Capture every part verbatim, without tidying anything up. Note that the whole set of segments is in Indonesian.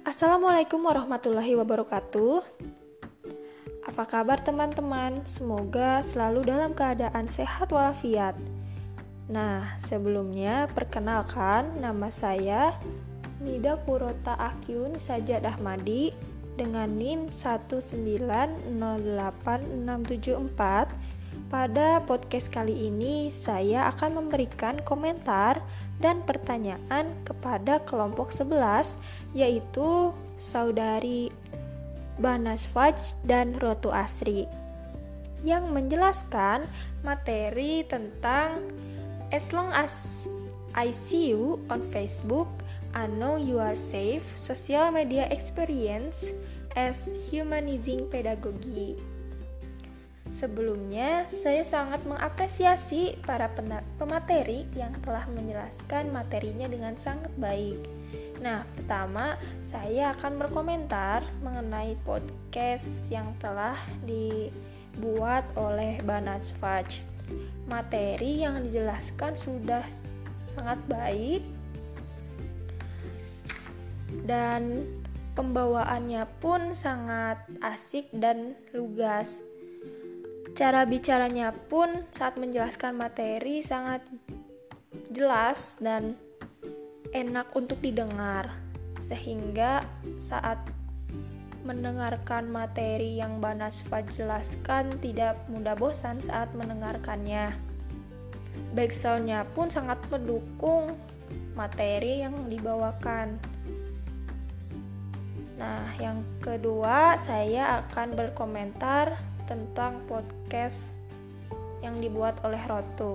Assalamualaikum warahmatullahi wabarakatuh. Apa kabar teman-teman? Semoga selalu dalam keadaan sehat walafiat. Nah, sebelumnya perkenalkan nama saya Nida Kurota Akyun Sajad Ahmadi dengan NIM satu sembilan nol delapan enam tujuh empat. Pada podcast kali ini saya akan memberikan komentar dan pertanyaan kepada kelompok sebelas, yaitu saudari Banas Faj dan Rotu Asri, yang menjelaskan materi tentang As long as I see you on Facebook, I know you are safe, social media experience as humanizing pedagogy. Sebelumnya, saya sangat mengapresiasi para pemateri yang telah menjelaskan materinya dengan sangat baik. Nah, pertama, saya akan berkomentar mengenai podcast yang telah dibuat oleh Banas Faj. Materi yang dijelaskan sudah sangat baik dan pembawaannya pun sangat asik dan lugas. Cara bicaranya pun saat menjelaskan materi sangat jelas dan enak untuk didengar, sehingga saat mendengarkan materi yang Banas Faj jelaskan tidak mudah bosan saat mendengarkannya. Backsoundnya pun sangat mendukung materi yang dibawakan. Nah, yang kedua, saya akan berkomentar tentang podcast yang dibuat oleh Rotu.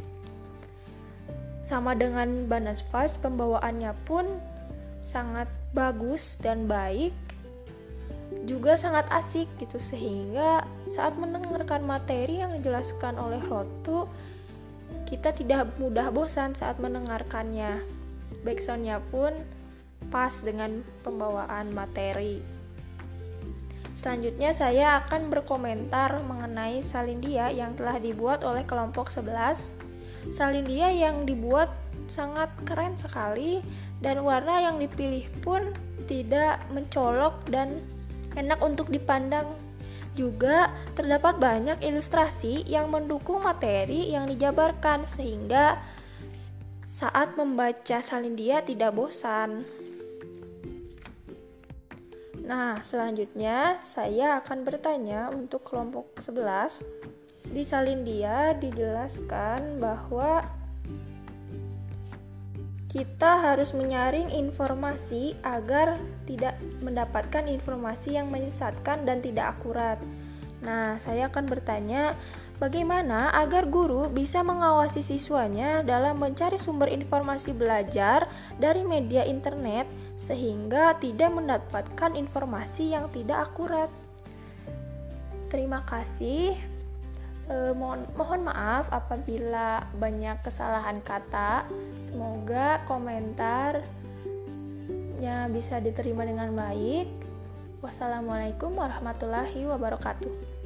Sama dengan Banas Faj, pembawaannya pun sangat bagus dan baik, juga sangat asik gitu, sehingga saat mendengarkan materi yang dijelaskan oleh Rotu, kita tidak mudah bosan saat mendengarkannya. Backsoundnya pun pas dengan pembawaan materi. Selanjutnya saya akan berkomentar mengenai Salindia yang telah dibuat oleh kelompok sebelas. Salindia yang dibuat sangat keren sekali dan warna yang dipilih pun tidak mencolok dan enak untuk dipandang. Juga terdapat banyak ilustrasi yang mendukung materi yang dijabarkan sehingga saat membaca Salindia tidak bosan. Nah, selanjutnya saya akan bertanya untuk kelompok sebelas. Di Salindia dijelaskan bahwa kita harus menyaring informasi agar tidak mendapatkan informasi yang menyesatkan dan tidak akurat. Nah, saya akan bertanya, bagaimana agar guru bisa mengawasi siswanya dalam mencari sumber informasi belajar dari media internet sehingga tidak mendapatkan informasi yang tidak akurat. Terima kasih. Eh, mohon, mohon maaf apabila banyak kesalahan kata. Semoga komentarnya bisa diterima dengan baik. Wassalamualaikum warahmatullahi wabarakatuh.